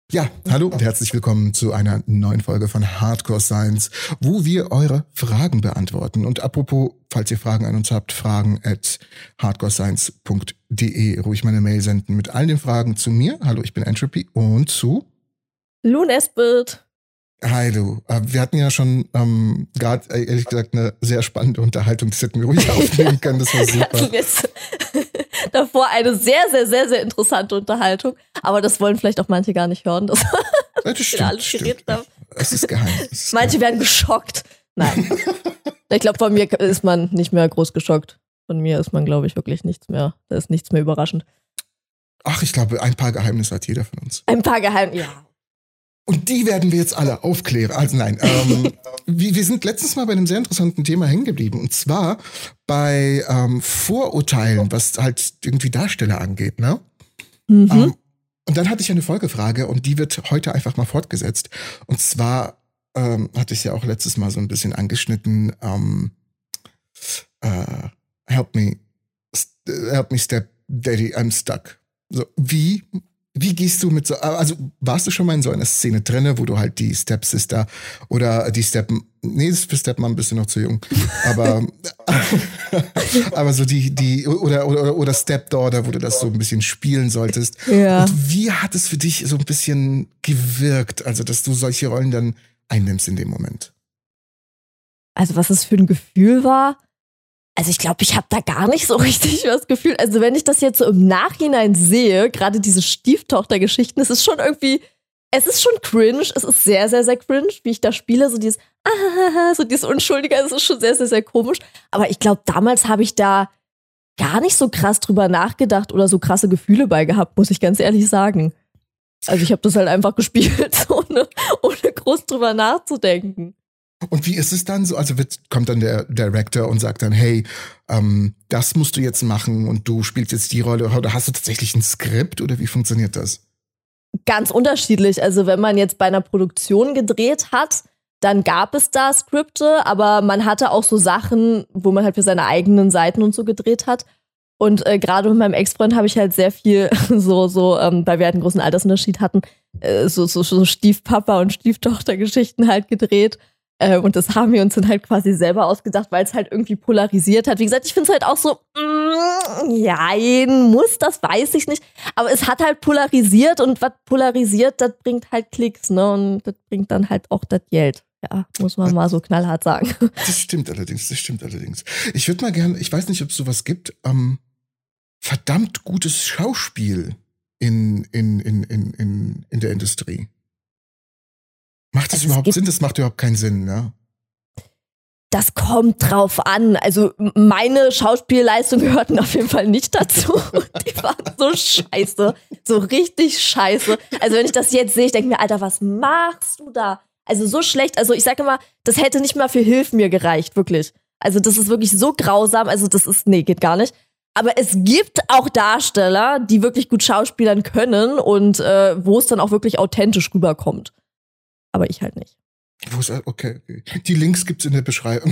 Ja, hallo und herzlich willkommen zu einer neuen Folge von Hardcore Science, wo wir eure Fragen beantworten. Und apropos, falls ihr Fragen an uns habt, fragen@hardcorescience.de, ruhig meine Mail senden mit all den Fragen zu mir. Hallo, ich bin Entropy und zu Loon Esbit. Hi du. Wir hatten ja schon gerade, ehrlich gesagt, eine sehr spannende Unterhaltung. Das hätten wir ruhig aufnehmen können, das war super. Davor eine sehr, sehr, sehr, sehr interessante Unterhaltung. Aber das wollen vielleicht auch manche gar nicht hören, dass Das stimmt. Es ist geheim. Manche werden geschockt. Nein. Ich glaube, von mir ist man nicht mehr groß geschockt. Von mir ist man, glaube ich, wirklich nichts mehr. Da ist nichts mehr überraschend. Ach, ich glaube, ein paar Geheimnisse hat jeder von uns. Ein paar Geheimnisse, ja. Und die werden wir jetzt alle aufklären. Also nein, wir sind letztes Mal bei einem sehr interessanten Thema hängen geblieben. Und zwar bei Vorurteilen, was halt irgendwie Darsteller angeht, ne? Mhm. Und dann hatte ich eine Folgefrage und die wird heute einfach mal fortgesetzt. Und zwar hatte ich ja auch letztes Mal so ein bisschen angeschnitten, help me step daddy, I'm stuck. So, wie gehst du mit so, also warst du schon mal in so einer Szene drinne, wo du halt die Stepsister oder die für Stepmom bist du noch zu jung, aber so oder Stepdaughter, wo du das so ein bisschen spielen solltest. Ja. Und wie hat es für dich so ein bisschen gewirkt, also dass du solche Rollen dann einnimmst in dem Moment? Also was es für ein Gefühl war? Also ich glaube, ich habe da gar nicht so richtig was gefühlt. Also wenn ich das jetzt so im Nachhinein sehe, gerade diese Stieftochter-Geschichten, es ist schon cringe. Es ist sehr, sehr, sehr cringe, wie ich da spiele. So dieses Unschuldige, es ist schon sehr, sehr, sehr komisch. Aber ich glaube, damals habe ich da gar nicht so krass drüber nachgedacht oder so krasse Gefühle bei gehabt, muss ich ganz ehrlich sagen. Also ich habe das halt einfach gespielt, ohne groß drüber nachzudenken. Und wie ist es dann so? Also kommt dann der Director und sagt dann, hey, das musst du jetzt machen und du spielst jetzt die Rolle. Oder hast du tatsächlich ein Skript oder wie funktioniert das? Ganz unterschiedlich. Also wenn man jetzt bei einer Produktion gedreht hat, dann gab es da Skripte, aber man hatte auch so Sachen, wo man halt für seine eigenen Seiten und so gedreht hat. Und gerade mit meinem Ex-Freund habe ich halt sehr viel weil wir halt einen großen Altersunterschied hatten, so Stiefpapa- und Stieftochter-Geschichten halt gedreht. Und das haben wir uns dann halt quasi selber ausgedacht, weil es halt irgendwie polarisiert hat. Wie gesagt, ich finde es halt auch so, das weiß ich nicht. Aber es hat halt polarisiert und was polarisiert, das bringt halt Klicks, ne? Und das bringt dann halt auch das Geld. Ja, muss man mal so knallhart sagen. Das stimmt allerdings. Ich würde mal gerne, ich weiß nicht, ob es sowas gibt, verdammt gutes Schauspiel in der Industrie. Macht das überhaupt Sinn? Das macht überhaupt keinen Sinn, ne? Das kommt drauf an. Also meine Schauspielleistungen gehörten auf jeden Fall nicht dazu. Die waren so scheiße. So richtig scheiße. Also wenn ich das jetzt sehe, ich denke mir, Alter, was machst du da? Also so schlecht. Also ich sage immer, das hätte nicht mal für Hilf mir gereicht, wirklich. Also das ist wirklich so grausam. Also geht gar nicht. Aber es gibt auch Darsteller, die wirklich gut schauspielern können und wo es dann auch wirklich authentisch rüberkommt. Aber ich halt nicht. Okay. Die Links gibt's in der Beschreibung.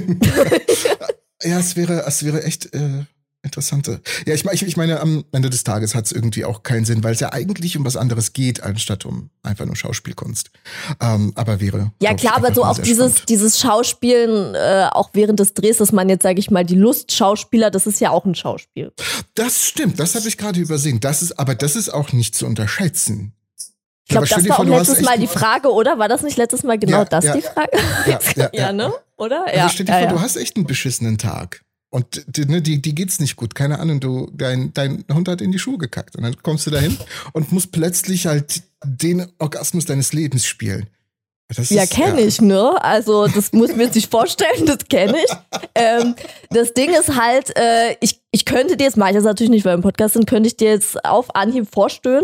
Ja, es wäre echt interessante. Ja, ich meine, am Ende des Tages hat's irgendwie auch keinen Sinn, weil es ja eigentlich um was anderes geht, anstatt um einfach nur Schauspielkunst. Aber wäre. Ja, klar, aber so auch dieses Schauspielen, auch während des Drehs, dass man jetzt, sage ich mal, die Lustschauspieler, das ist ja auch ein Schauspiel. Das stimmt, das habe ich gerade übersehen. Das ist auch nicht zu unterschätzen. Ich glaube, das war auch letztes Mal die Frage, oder? War das nicht letztes Mal genau die Frage? Ja, ne? Oder? Also stell dir vor, du hast echt einen beschissenen Tag. Und die geht's nicht gut. Keine Ahnung, dein Hund hat in die Schuhe gekackt. Und dann kommst du dahin und musst plötzlich halt den Orgasmus deines Lebens spielen. Kenne ich, ne? Also das muss mir jetzt nicht vorstellen, das kenne ich. Das Ding ist halt, ich könnte dir jetzt, mache ich das natürlich nicht, weil wir im Podcast sind, könnte ich dir jetzt auf Anhieb vorstören.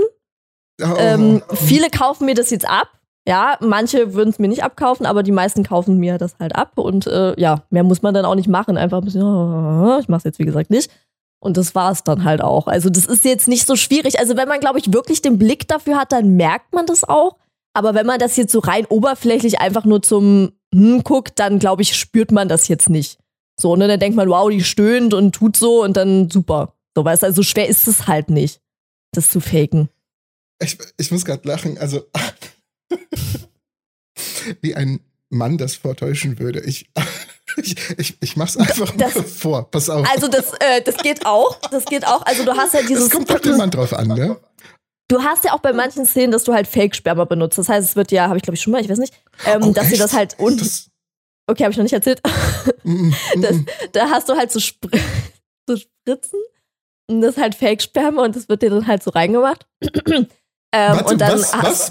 Viele kaufen mir das jetzt ab. Ja, manche würden es mir nicht abkaufen, aber die meisten kaufen mir das halt ab. Und mehr muss man dann auch nicht machen. Einfach ein bisschen, ich mach's jetzt wie gesagt nicht. Und das war's dann halt auch. Also das ist jetzt nicht so schwierig. Also wenn man, glaube ich, wirklich den Blick dafür hat, dann merkt man das auch. Aber wenn man das jetzt so rein oberflächlich einfach nur zum guckt, dann, glaube ich, spürt man das jetzt nicht. So, ne, dann denkt man, wow, die stöhnt und tut so und dann super. So, weißt du, also schwer ist es halt nicht, das zu faken. Ich muss gerade lachen, also wie ein Mann das vortäuschen würde. Ich mach's einfach mal vor. Pass auf. Also das geht auch. Das geht auch. Also du hast ja dieses. Es kommt auf den Mann drauf an, ne? Du hast ja auch bei manchen Szenen, dass du halt Fake-Sperma benutzt. Das heißt, es wird ja, habe ich glaube ich schon mal, ich weiß nicht, dass sie das halt unten. Okay, habe ich noch nicht erzählt. Da hast du halt so Spritzen und das ist halt Fake-Sperma und das wird dir dann halt so reingemacht. Warte, und dann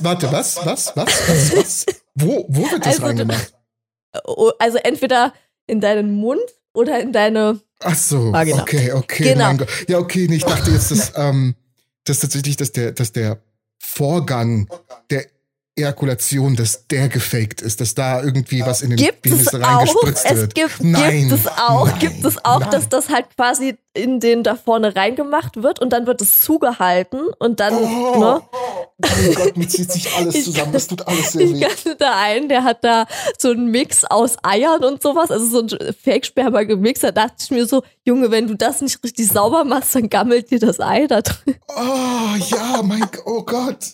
was? Wo wird das reingemacht? Also entweder in deinen Mund oder in deine Ach so, Vagina. Okay, Genau. Mein Gott. Ja, okay, ich dachte jetzt, dass tatsächlich, dass der Vorgang der Ejakulation, dass der gefaked ist, dass da irgendwie was in den Penis reingespritzt wird. Gibt es auch, dass das halt quasi in den da vorne reingemacht wird und dann wird es zugehalten und dann, ne? Oh mein Gott, mir zieht sich alles zusammen, das tut alles sehr weh. Ich kannte da einen, der hat da so einen Mix aus Eiern und sowas, also so ein Fake-Sperma-Gemix, da dachte ich mir so, Junge, wenn du das nicht richtig sauber machst, dann gammelt dir das Ei da drin. Oh, ja, oh Gott.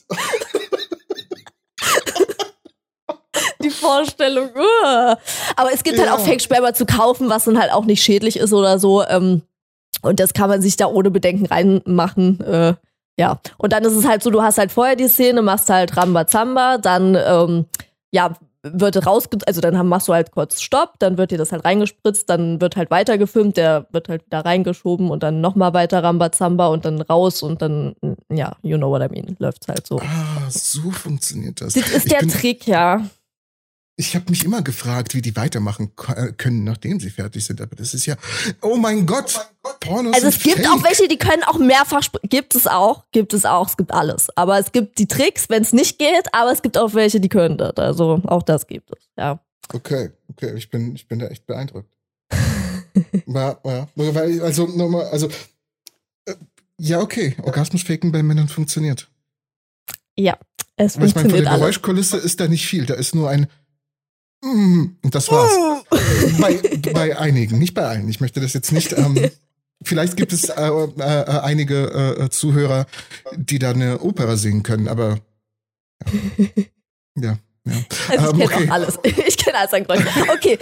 Die Vorstellung. Aber es gibt halt auch Fake-Sperma zu kaufen, was dann halt auch nicht schädlich ist oder so. Und das kann man sich da ohne Bedenken reinmachen. Ja. Und dann ist es halt so, du hast halt vorher die Szene, machst halt Rambazamba, dann wird also dann machst du halt kurz Stopp, dann wird dir das halt reingespritzt, dann wird halt weiter gefilmt, der wird halt wieder reingeschoben und dann nochmal weiter Rambazamba und dann raus und dann, ja, you know what I mean, läuft's halt so. So funktioniert das. Das ist der Trick, ja. Ich habe mich immer gefragt, wie die weitermachen können, nachdem sie fertig sind. Aber das ist ja, oh mein Gott, Pornos Also es gibt fake. auch welche, die können auch mehrfach, gibt es auch, es gibt alles. Aber es gibt die Tricks, wenn es nicht geht, aber es gibt auch welche, die können das. Also auch das gibt es, ja. Okay, ich bin da echt beeindruckt. Okay, Orgasmus-Faken bei Männern funktioniert. Ja, es funktioniert. Ich meine, von der alles. Geräuschkulisse ist da nicht viel, da ist nur ein und das war's. Bei einigen, nicht bei allen. Ich möchte das jetzt nicht. Vielleicht gibt es einige Zuhörer, die da eine Opera singen können, aber ja. Also ich kenne auch alles. Ich kenne alles an Geräuschen. Okay,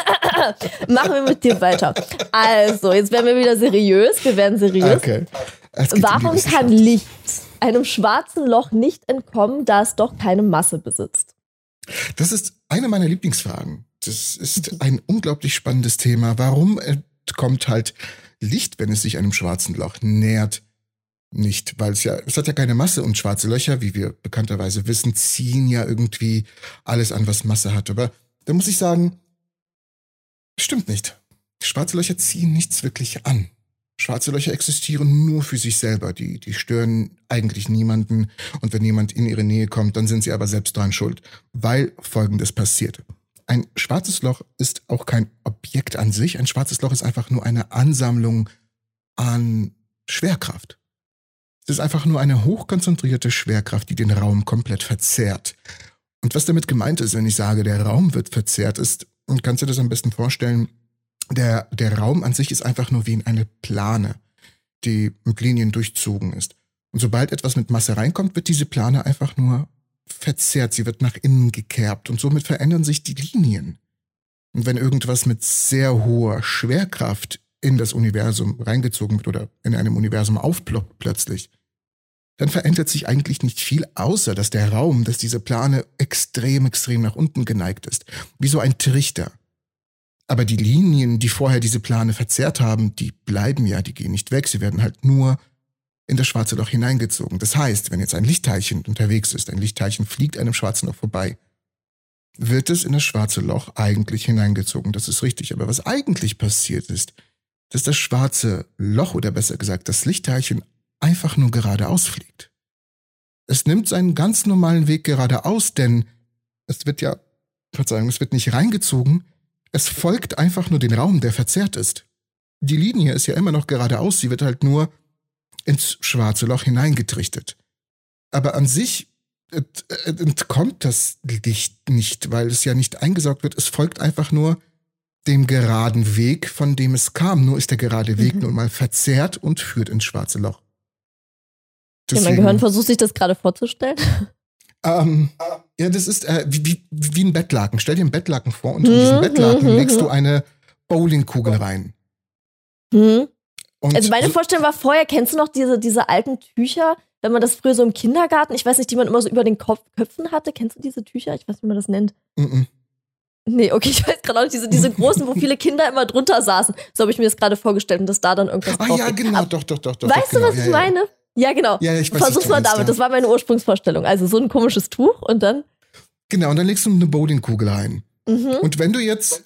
machen wir mit dir weiter. Also, jetzt werden wir wieder seriös. Wir werden seriös. Okay. Warum kann Licht einem schwarzen Loch nicht entkommen, da es doch keine Masse besitzt? Das ist eine meiner Lieblingsfragen. Das ist ein unglaublich spannendes Thema. Warum entkommt halt Licht, wenn es sich einem schwarzen Loch nähert? Nicht, weil es hat ja keine Masse und schwarze Löcher, wie wir bekannterweise wissen, ziehen ja irgendwie alles an, was Masse hat. Aber da muss ich sagen, stimmt nicht. Schwarze Löcher ziehen nichts wirklich an. Schwarze Löcher existieren nur für sich selber. Die stören eigentlich niemanden. Und wenn jemand in ihre Nähe kommt, dann sind sie aber selbst dran schuld. Weil Folgendes passiert. Ein schwarzes Loch ist auch kein Objekt an sich. Ein schwarzes Loch ist einfach nur eine Ansammlung an Schwerkraft. Es ist einfach nur eine hochkonzentrierte Schwerkraft, die den Raum komplett verzerrt. Und was damit gemeint ist, wenn ich sage, der Raum wird verzerrt, ist, und kannst du dir das am besten vorstellen, der Raum an sich ist einfach nur wie in eine Plane, die mit Linien durchzogen ist. Und sobald etwas mit Masse reinkommt, wird diese Plane einfach nur verzerrt. Sie wird nach innen gekerbt und somit verändern sich die Linien. Und wenn irgendwas mit sehr hoher Schwerkraft in das Universum reingezogen wird oder in einem Universum aufploppt plötzlich, dann verändert sich eigentlich nicht viel, außer dass der Raum, dass diese Plane extrem nach unten geneigt ist. Wie so ein Trichter. Aber die Linien, die vorher diese Plane verzerrt haben, die bleiben ja, die gehen nicht weg. Sie werden halt nur in das schwarze Loch hineingezogen. Das heißt, wenn jetzt ein Lichtteilchen unterwegs ist, ein Lichtteilchen fliegt einem schwarzen Loch vorbei, wird es in das schwarze Loch eigentlich hineingezogen. Das ist richtig. Aber was eigentlich passiert ist, dass das schwarze Loch, oder besser gesagt das Lichtteilchen, einfach nur geradeaus fliegt. Es nimmt seinen ganz normalen Weg geradeaus, denn es wird nicht reingezogen, es folgt einfach nur den Raum, der verzerrt ist. Die Linie ist ja immer noch geradeaus, sie wird halt nur ins schwarze Loch hineingetrichtert. Aber an sich entkommt das Licht nicht, weil es ja nicht eingesaugt wird, es folgt einfach nur dem geraden Weg, von dem es kam. Nur ist der gerade Weg nun mal verzerrt und führt ins schwarze Loch. Deswegen, mein Gehirn versucht sich das gerade vorzustellen. Ja, das ist wie ein Bettlaken. Stell dir einen Bettlaken vor und in diesen Bettlaken legst du eine Bowlingkugel rein. Und Also meine Vorstellung war vorher, kennst du noch diese alten Tücher, wenn man das früher so im Kindergarten, ich weiß nicht, die man immer so über den Köpfen hatte. Kennst du diese Tücher? Ich weiß nicht, wie man das nennt. Nee, okay, ich weiß gerade auch nicht, diese großen, wo viele Kinder immer drunter saßen. So habe ich mir das gerade vorgestellt und dass da dann irgendwas drauf ja, genau, aber, doch. Weißt du, was ich meine? Ja, genau. Ja, ich weiß, versuch's mal damit, das war meine Ursprungsvorstellung. Also so ein komisches Tuch und dann... Genau, und dann legst du eine Bowlingkugel rein. Und wenn du jetzt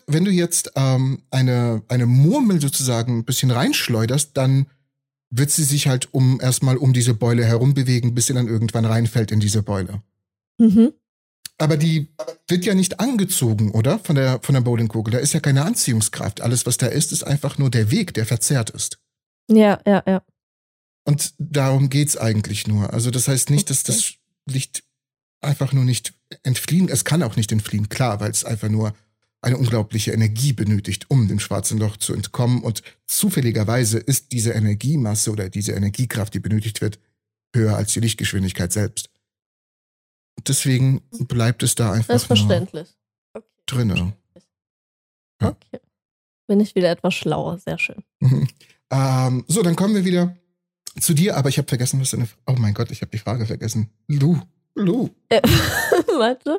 eine Murmel sozusagen ein bisschen reinschleuderst, dann wird sie sich halt erstmal um diese Beule herum bewegen, bis sie dann irgendwann reinfällt in diese Beule. Aber die wird ja nicht angezogen, oder? Von der Bowlingkugel. Da ist ja keine Anziehungskraft. Alles, was da ist einfach nur der Weg, der verzerrt ist. Ja. Und darum geht's eigentlich nur. Also das heißt nicht, dass das Licht einfach nur nicht entfliehen. Es kann auch nicht entfliehen, klar, weil es einfach nur eine unglaubliche Energie benötigt, um dem schwarzen Loch zu entkommen. Und zufälligerweise ist diese Energiemasse oder diese Energiekraft, die benötigt wird, höher als die Lichtgeschwindigkeit selbst. Deswegen bleibt es da einfach das ist verständlich. Drinne. Ja. Okay. Bin ich wieder etwas schlauer, sehr schön. So, dann kommen wir wieder zu dir, aber ich habe vergessen, oh mein Gott, ich habe die Frage vergessen. Lu. Warte.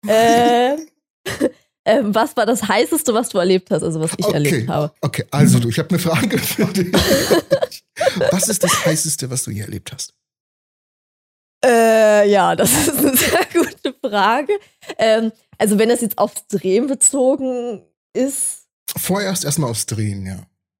Was war das Heißeste, was du erlebt hast, also was ich erlebt habe? Okay, also ich habe eine Frage für dich. Was ist das Heißeste, was du je erlebt hast? Ja, das ist eine sehr gute Frage. Also wenn das jetzt aufs Drehen bezogen ist. Vorerst erstmal aufs Drehen, ja.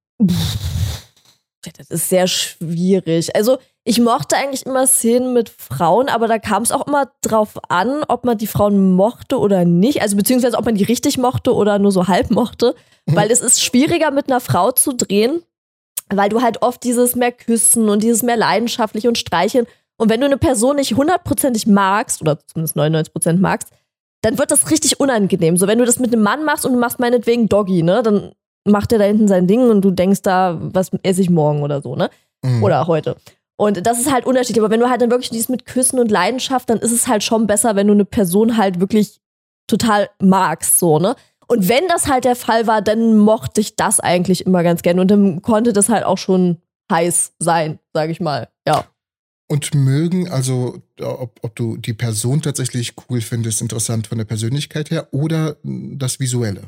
Das ist sehr schwierig. Also ich mochte eigentlich immer Szenen mit Frauen, aber da kam es auch immer drauf an, ob man die Frauen mochte oder nicht. Also beziehungsweise ob man die richtig mochte oder nur so halb mochte. Weil es ist schwieriger mit einer Frau zu drehen, weil du halt oft dieses mehr Küssen und dieses mehr leidenschaftlich und Streicheln. Und wenn du eine Person nicht 100%ig magst, oder zumindest 99% magst, dann wird das richtig unangenehm. So, wenn du das mit einem Mann machst und du machst meinetwegen Doggy, ne, dann macht er da hinten sein Ding und du denkst da, was esse ich morgen oder so, ne? Oder heute. Und das ist halt unterschiedlich. Aber wenn du halt dann wirklich dieses mit Küssen und Leidenschaft, dann ist es halt schon besser, wenn du eine Person halt wirklich total magst, so, ne? Und wenn das halt der Fall war, dann mochte ich das eigentlich immer ganz gerne. Und dann konnte das halt auch schon heiß sein, sag ich mal, ja. Und mögen, also ob du die Person tatsächlich cool findest, interessant von der Persönlichkeit her oder das Visuelle?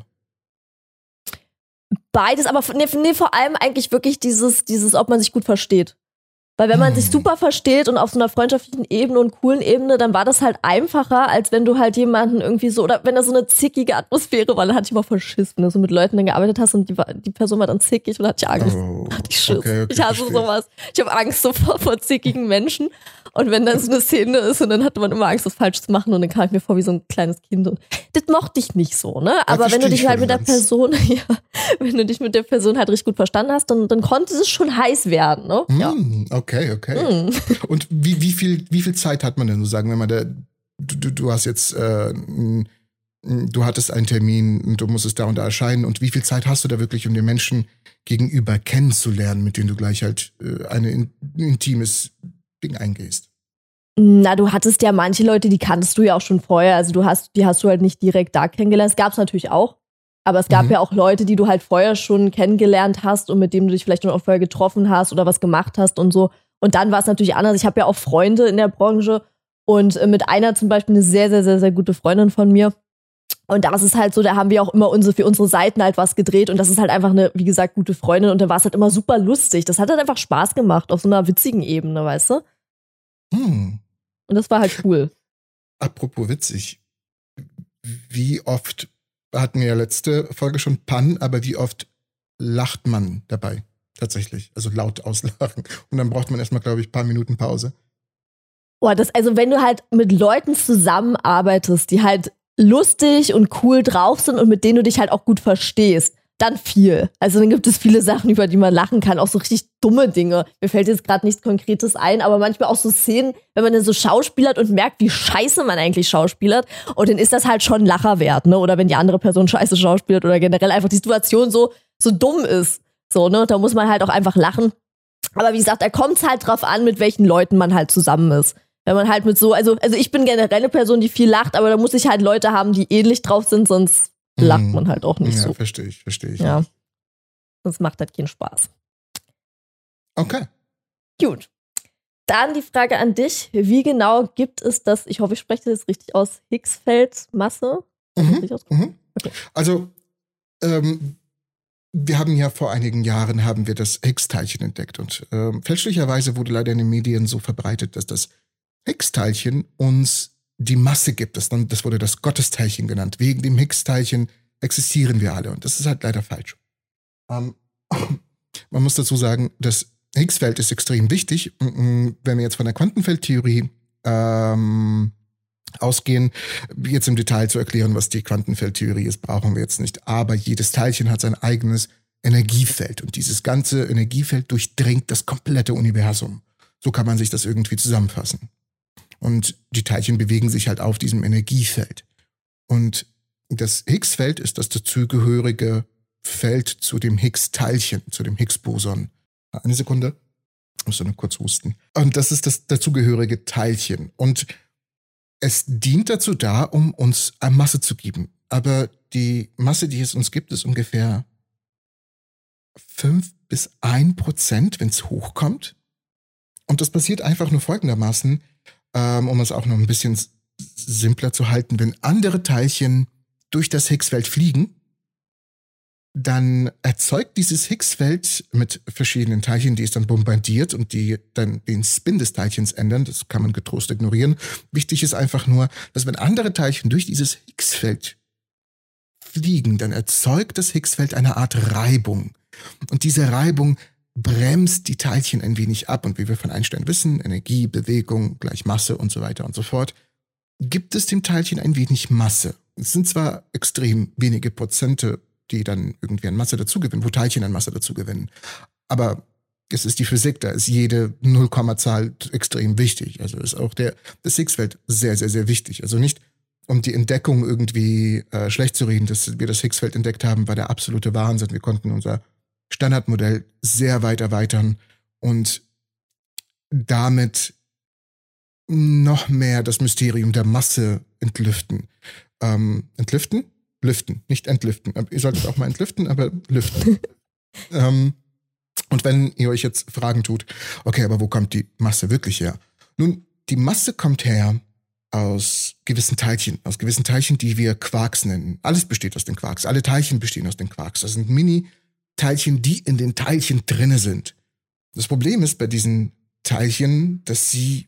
Beides, aber nee, vor allem eigentlich wirklich dieses, ob man sich gut versteht. Weil wenn man sich super versteht und auf so einer freundschaftlichen Ebene und coolen Ebene, dann war das halt einfacher, als wenn du halt jemanden irgendwie so, oder wenn da so eine zickige Atmosphäre war, dann hatte ich immer voll Schiss, wenn du so mit Leuten dann gearbeitet hast und die Person war dann zickig und hatte ich Angst. Hatte ich Schiss. Okay, ich hasse sowas. Ich habe Angst so vor zickigen Menschen. Und wenn dann so eine Szene ist und dann hatte man immer Angst, was falsch zu machen und dann kam ich mir vor wie so ein kleines Kind und das mochte ich nicht so, ne? Aber wenn du dich halt mit der Person, wenn du dich mit der Person halt richtig gut verstanden hast, dann konnte es schon heiß werden, ne? Ja. Okay. Und wie viel Zeit hat man denn, so sagen wir mal, du hast jetzt, du hattest einen Termin und du musstest da und da erscheinen und wie viel Zeit hast du da wirklich, um den Menschen gegenüber kennenzulernen, mit dem du gleich halt ein intimes Ding eingehst? Na, du hattest ja manche Leute, die kanntest du ja auch schon vorher, also die hast du halt nicht direkt da kennengelernt. Es gab es natürlich auch, aber es gab ja auch Leute, die du halt vorher schon kennengelernt hast und mit denen du dich vielleicht auch vorher getroffen hast oder was gemacht hast und so. Und dann war es natürlich anders. Ich habe ja auch Freunde in der Branche und mit einer zum Beispiel eine sehr, sehr, sehr, sehr gute Freundin von mir. Und das ist halt so, da haben wir auch immer für unsere Seiten halt was gedreht und das ist halt einfach eine, wie gesagt, gute Freundin und da war es halt immer super lustig. Das hat halt einfach Spaß gemacht auf so einer witzigen Ebene, weißt du? Und das war halt cool. Apropos witzig, wie oft, hatten wir ja letzte Folge schon Pannen, aber wie oft lacht man dabei? Tatsächlich, also laut auslachen. Und dann braucht man erstmal, glaube ich, ein paar Minuten Pause. Boah, also wenn du halt mit Leuten zusammenarbeitest, die halt lustig und cool drauf sind und mit denen du dich halt auch gut verstehst, dann viel. Also dann gibt es viele Sachen, über die man lachen kann, auch so richtig dumme Dinge. Mir fällt jetzt gerade nichts Konkretes ein, aber manchmal auch so Szenen, wenn man dann so schauspielert und merkt, wie scheiße man eigentlich schauspielert und dann ist das halt schon Lacher wert, ne? Oder wenn die andere Person scheiße schauspielert oder generell einfach die Situation so dumm ist. So, ne? Da muss man halt auch einfach lachen. Aber wie gesagt, da kommt es halt drauf an, mit welchen Leuten man halt zusammen ist. Wenn man halt mit so, also ich bin generell eine Person, die viel lacht, aber da muss ich halt Leute haben, die ähnlich drauf sind, sonst lacht man halt auch nicht so. Ja, verstehe ich. Ja. Sonst macht das keinen Spaß. Okay. Gut. Dann die Frage an dich. Wie genau gibt es das, ich hoffe, ich spreche das jetzt richtig aus, Higgs-Feldmasse? Okay. Also, wir haben ja vor einigen Jahren haben wir das Higgs-Teilchen entdeckt und fälschlicherweise wurde leider in den Medien so verbreitet, dass das Higgs-Teilchen uns die Masse gibt. Das wurde das Gottesteilchen genannt. Wegen dem Higgs-Teilchen existieren wir alle und das ist halt leider falsch. Man muss dazu sagen, das Higgs-Feld ist extrem wichtig. Wenn wir jetzt von der Quantenfeldtheorie ausgehen, jetzt im Detail zu erklären, was die Quantenfeldtheorie ist, brauchen wir jetzt nicht. Aber jedes Teilchen hat sein eigenes Energiefeld und dieses ganze Energiefeld durchdringt das komplette Universum. So kann man sich das irgendwie zusammenfassen. Und die Teilchen bewegen sich halt auf diesem Energiefeld. Und das Higgs-Feld ist das dazugehörige Feld zu dem Higgs-Teilchen, zu dem Higgs-Boson. Eine Sekunde. Ich muss nur kurz husten. Und das ist das dazugehörige Teilchen. Und es dient dazu da, um uns eine Masse zu geben. Aber die Masse, die es uns gibt, ist ungefähr 5-1%, wenn es hochkommt. Und das passiert einfach nur folgendermaßen, um es auch noch ein bisschen simpler zu halten. Wenn andere Teilchen durch das Higgsfeld fliegen, dann erzeugt dieses Higgsfeld mit verschiedenen Teilchen, die es dann bombardiert und die dann den Spin des Teilchens ändern. Das kann man getrost ignorieren. Wichtig ist einfach nur, dass wenn andere Teilchen durch dieses Higgsfeld fliegen, dann erzeugt das Higgsfeld eine Art Reibung. Und diese Reibung bremst die Teilchen ein wenig ab. Und wie wir von Einstein wissen, Energie, Bewegung gleich Masse und so weiter und so fort, gibt es dem Teilchen ein wenig Masse. Es sind zwar extrem wenige Prozente, die dann irgendwie an Masse dazugewinnen, wo Teilchen an Masse dazugewinnen. Aber es ist die Physik, da ist jede Nullkommazahl extrem wichtig. Also ist auch das Higgsfeld sehr, sehr, sehr wichtig. Also nicht, um die Entdeckung irgendwie schlecht zu reden, dass wir das Higgsfeld entdeckt haben, war der absolute Wahnsinn. Wir konnten unser Standardmodell sehr weit erweitern und damit noch mehr das Mysterium der Masse entlüften. Lüften, nicht entlüften. Ihr solltet auch mal entlüften, aber lüften. Und wenn ihr euch jetzt Fragen tut, okay, aber wo kommt die Masse wirklich her? Nun, die Masse kommt her aus gewissen Teilchen, die wir Quarks nennen. Alles besteht aus den Quarks. Alle Teilchen bestehen aus den Quarks. Das sind Mini-Teilchen, die in den Teilchen drinne sind. Das Problem ist bei diesen Teilchen, dass sie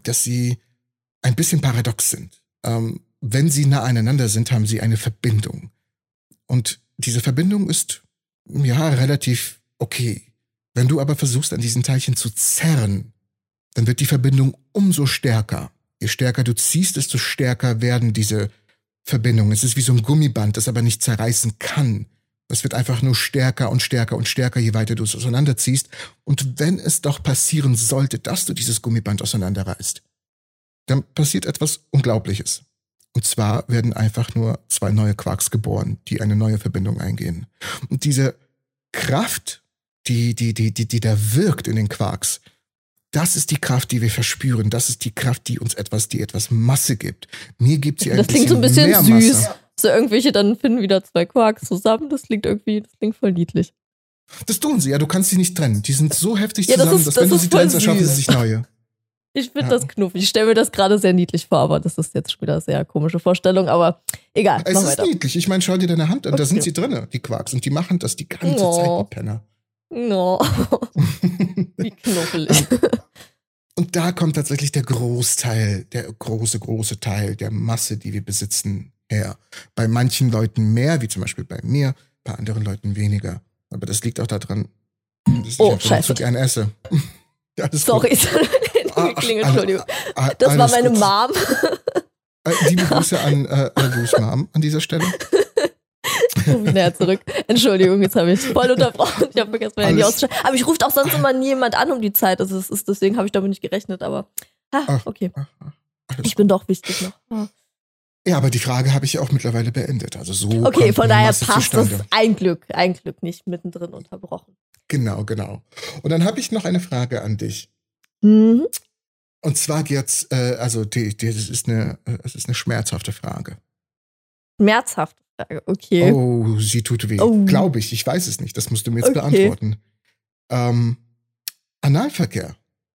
ein bisschen paradox sind. Wenn sie nah aneinander sind, haben sie eine Verbindung. Und diese Verbindung ist, ja, relativ okay. Wenn du aber versuchst, an diesen Teilchen zu zerren, dann wird die Verbindung umso stärker. Je stärker du ziehst, desto stärker werden diese Verbindungen. Es ist wie so ein Gummiband, das aber nicht zerreißen kann. Es wird einfach nur stärker und stärker und stärker, je weiter du es auseinanderziehst. Und wenn es doch passieren sollte, dass du dieses Gummiband auseinanderreißt, dann passiert etwas Unglaubliches. Und zwar werden einfach nur 2 neue Quarks geboren, die eine neue Verbindung eingehen. Und diese Kraft, die da wirkt in den Quarks, das ist die Kraft, die wir verspüren. Das ist die Kraft, die etwas Masse gibt. Mir gibt sie ein bisschen mehr Masse. Das klingt so ein bisschen süß. So irgendwelche dann finden wieder 2 Quarks zusammen. Das klingt voll niedlich. Das tun sie, ja. Du kannst sie nicht trennen. Die sind so heftig zusammen, dass wenn du sie trennst, erschaffen sie sich neue. Ich finde das knuffig. Ich stelle mir das gerade sehr niedlich vor, aber das ist jetzt schon wieder eine sehr komische Vorstellung, aber egal. Es ist niedlich. Ich meine, schau dir deine Hand an, da sind sie drin, die Quarks. Und die machen das die ganze Zeit, die Penner. No. Wie knuffelig. Und da kommt tatsächlich der Großteil, der große Teil der Masse, die wir besitzen, her. Bei manchen Leuten mehr, wie zum Beispiel bei mir, bei anderen Leuten weniger. Aber das liegt auch daran, dass ich einfach zu gern esse. Ja, sorry, Entschuldigung. Das war meine Mom. Liebe Grüße an Bruce Mom an dieser Stelle. Ich rufe näher zurück. Entschuldigung, jetzt habe ich voll unterbrochen. Ich habe vergessen, mein Handy auszuschalten. Aber ich rufe auch sonst immer nie jemand an um die Zeit. Also deswegen habe ich damit nicht gerechnet. Aber okay. Ich bin doch wichtig noch. Ja, aber die Frage habe ich ja auch mittlerweile beendet. Also so. Okay, von daher passt das ein Glück nicht mittendrin unterbrochen. Genau. Und dann habe ich noch eine Frage an dich. Mhm. Und zwar jetzt, das ist eine schmerzhafte Frage. Schmerzhafte Frage, okay. Oh, sie tut weh. Oh. Glaube ich weiß es nicht. Das musst du mir jetzt beantworten. Analverkehr.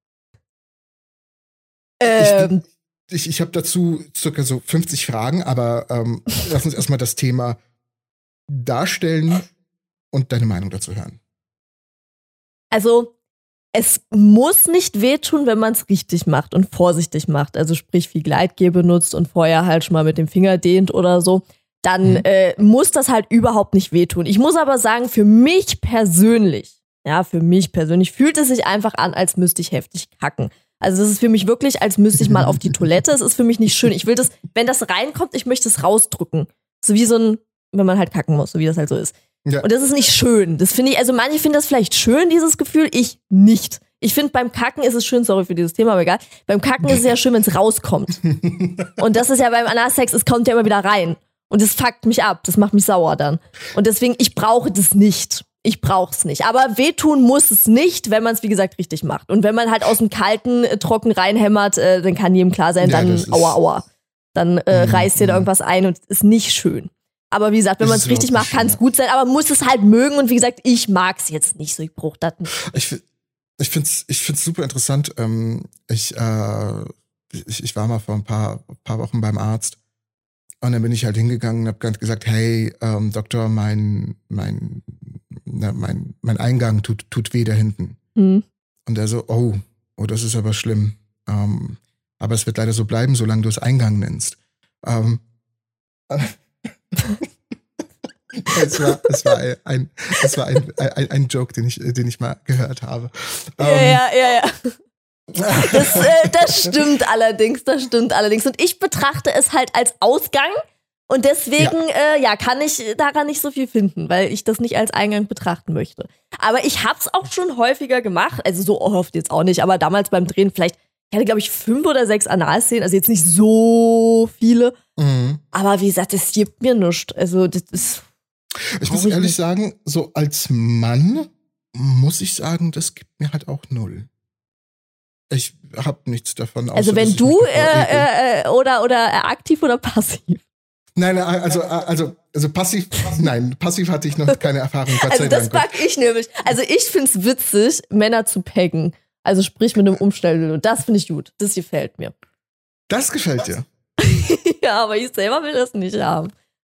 Ich habe dazu circa so 50 Fragen, aber lass uns erstmal das Thema darstellen und deine Meinung dazu hören. Also, es muss nicht wehtun, wenn man es richtig macht und vorsichtig macht. Also sprich, viel Gleitgel benutzt und vorher halt schon mal mit dem Finger dehnt oder so. Dann muss das halt überhaupt nicht wehtun. Ich muss aber sagen, für mich persönlich fühlt es sich einfach an, als müsste ich heftig kacken. Also das ist für mich wirklich, als müsste ich mal auf die Toilette. Es ist für mich nicht schön. Ich will das, wenn das reinkommt, ich möchte es rausdrücken. So wie wenn man halt kacken muss, so wie das halt so ist. Ja. Und das ist nicht schön. Das finde ich, also manche finden das vielleicht schön, dieses Gefühl, ich nicht. Ich finde, beim Kacken ist es schön, sorry für dieses Thema, aber egal. Beim Kacken ist es ja schön, wenn es rauskommt. Und das ist ja beim Analsex, es kommt ja immer wieder rein. Und das fuckt mich ab, das macht mich sauer dann. Und deswegen, ich brauche das nicht. Ich brauche es nicht. Aber wehtun muss es nicht, wenn man es, wie gesagt, richtig macht. Und wenn man halt aus dem Kalten trocken reinhämmert, dann kann jedem klar sein, dann aua. Dann reißt dir da irgendwas ein und ist nicht schön. Aber wie gesagt, wenn man es richtig macht, kann es gut sein, aber muss es halt mögen. Und wie gesagt, ich mag es jetzt nicht so, ich brauche das nicht. Ich find's super interessant. Ich war mal vor ein paar Wochen beim Arzt und dann bin ich halt hingegangen und habe gesagt, hey, Doktor, mein Eingang tut weh da hinten. Und er so, oh, das ist aber schlimm. Aber es wird leider so bleiben, solange du es Eingang nennst. Es war ein Joke, den ich mal gehört habe. Ja. Das stimmt allerdings. Und ich betrachte es halt als Ausgang und deswegen kann ich daran nicht so viel finden, weil ich das nicht als Eingang betrachten möchte. Aber ich hab's auch schon häufiger gemacht, also so oft jetzt auch nicht, aber damals beim Drehen vielleicht, ich hatte glaube ich 5 oder 6 Analszenen, also jetzt nicht so viele, aber wie gesagt, es gibt mir nichts, also das ist... Ich muss ehrlich sagen, so als Mann muss ich sagen, das gibt mir halt auch 0. Ich hab nichts davon. Also wenn du oder aktiv oder passiv? Nein, also passiv, nein, passiv hatte ich noch keine Erfahrung. Gott sei das Dank. mag ich nämlich. Also ich find's witzig, Männer zu peggen. Also sprich mit einem Umstelldildo. Das finde ich gut. Das gefällt mir. Das gefällt dir? Ja, aber ich selber will das nicht haben.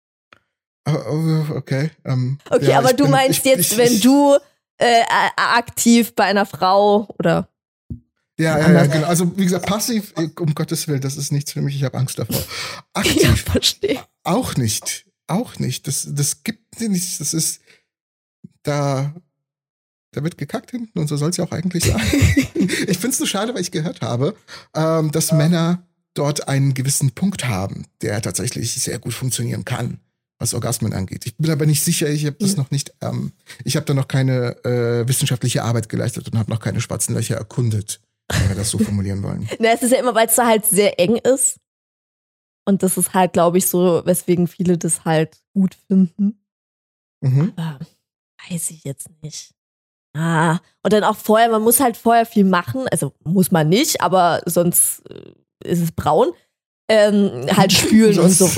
Okay. Okay, ja, aber du meinst jetzt, wenn du aktiv bei einer Frau oder... Ja, genau. Also wie gesagt, passiv, um Gottes Willen, das ist nichts für mich, ich habe Angst davor. Aktiv, ja, verstehe. Auch nicht. Das gibt nichts, das ist, da wird gekackt hinten und so soll es ja auch eigentlich sein. Ich find's so schade, weil ich gehört habe, dass Männer dort einen gewissen Punkt haben, der tatsächlich sehr gut funktionieren kann, was Orgasmen angeht. Ich bin aber nicht sicher, ich habe das noch nicht, ich habe da noch keine wissenschaftliche Arbeit geleistet und habe noch keine schwarzen Löcher erkundet, wenn wir das so formulieren wollen. Na, es ist ja immer, weil es da halt sehr eng ist. Und das ist halt, glaube ich, so, weswegen viele das halt gut finden. Aber weiß ich jetzt nicht. Und dann auch vorher, man muss halt vorher viel machen, also muss man nicht, aber sonst ist es braun. Halt spülen und so.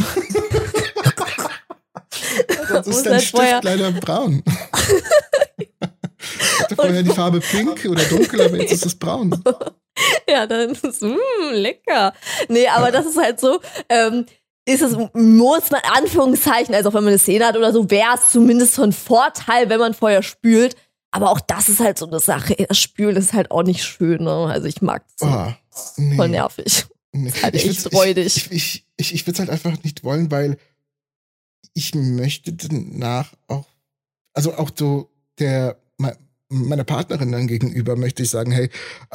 Das ist dein Stift leider braun. Ich hatte vorher die Farbe pink oder dunkel, aber jetzt ist es braun. Ja, dann ist es lecker. Nee, aber das ist halt so, muss man, Anführungszeichen, also auch wenn man eine Szene hat oder so, wäre es zumindest von Vorteil, wenn man vorher spült. Aber auch das ist halt so eine Sache. Das Spülen ist halt auch nicht schön. Ne? Also ich mag es voll nervig. Nee. Ist halt echt räudig. Ich würde es halt einfach nicht wollen, weil ich möchte danach auch, also auch so meiner Partnerin dann gegenüber möchte ich sagen, hey,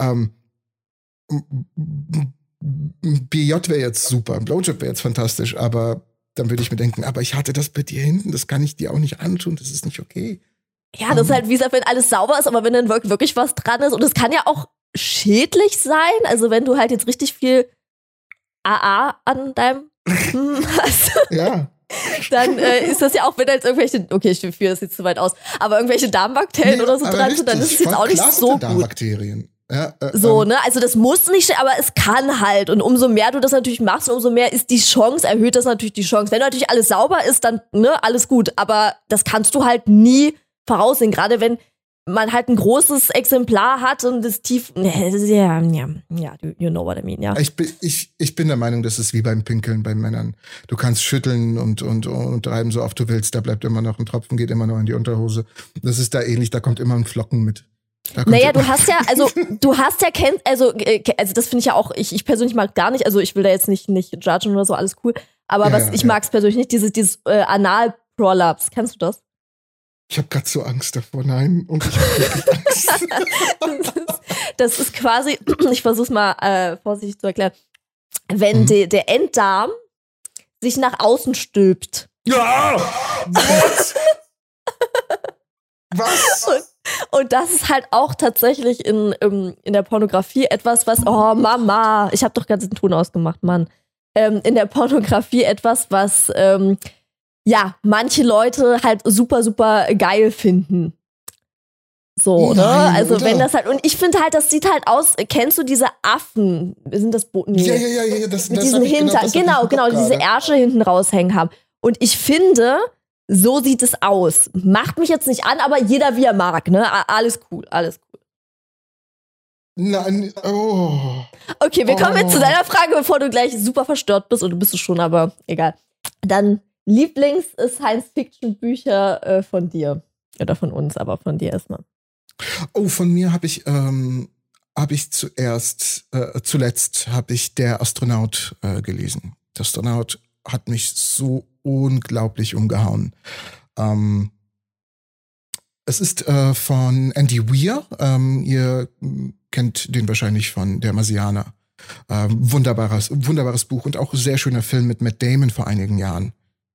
BJ wäre jetzt super, Blowjob wäre jetzt fantastisch, aber dann würde ich mir denken, aber ich hatte das bei dir hinten, das kann ich dir auch nicht antun, das ist nicht okay. Ja, das ist halt, wie gesagt, wenn alles sauber ist, aber wenn dann wirklich was dran ist und es kann ja auch schädlich sein, also wenn du halt jetzt richtig viel AA an deinem hast. Ja. dann ist das ja auch, wenn da jetzt irgendwelche, okay, ich führe das jetzt zu weit aus, aber irgendwelche Darmbakterien oder so dran sind, dann ist es jetzt auch nicht so gut. Darmbakterien. Ja, ne? Also das muss nicht, aber es kann halt. Und umso mehr du das natürlich machst, umso mehr ist die Chance, erhöht das natürlich die Chance. Wenn natürlich alles sauber ist, dann, ne, alles gut. Aber das kannst du halt nie voraussehen. Gerade wenn man halt ein großes Exemplar hat und das tief, ja, you know what I mean, ja. Ich bin der Meinung, das ist wie beim Pinkeln bei Männern. Du kannst schütteln und reiben so oft du willst, da bleibt immer noch ein Tropfen, geht immer noch in die Unterhose. Das ist da ähnlich, da kommt immer ein Flocken mit. Naja, du hast ja, also das finde ich ja auch, ich persönlich mag gar nicht, also ich will da jetzt nicht judgen oder so, alles cool, aber ich mag es persönlich nicht, dieses Anal-Prolaps, kennst du das? Ich habe gerade so Angst davor, nein, und ich habe wirklich Angst. Das ist quasi, ich versuch's mal vorsichtig zu erklären, wenn der Enddarm sich nach außen stülpt. Ja! What? Was? Und das ist halt auch tatsächlich in der Pornografie etwas, was, oh Mama, ich habe doch ganz den Ton ausgemacht, Mann. In der Pornografie etwas, was, manche Leute halt super, super geil finden. So, ne? Also oder? Wenn das halt, und ich finde halt, das sieht halt aus, kennst du diese Affen? Sind das Nee. Ja, das mit diesen Hintern, genau, diese Ärsche hinten raushängen haben. Und ich finde, so sieht es aus. Macht mich jetzt nicht an, aber jeder wie er mag, ne? Alles cool. Nein, oh. Okay, wir kommen jetzt zu deiner Frage, bevor du gleich super verstört bist. Und du bist es schon, aber egal. Dann Lieblings-Science-Fiction-Bücher von dir. Oder von uns, aber von dir erstmal. Oh, von mir habe ich zuletzt habe ich Der Astronaut gelesen. Der Astronaut hat mich so unglaublich umgehauen. Es ist von Andy Weir. Ihr kennt den wahrscheinlich von Der Marsianer. Wunderbares Buch und auch sehr schöner Film mit Matt Damon vor einigen Jahren.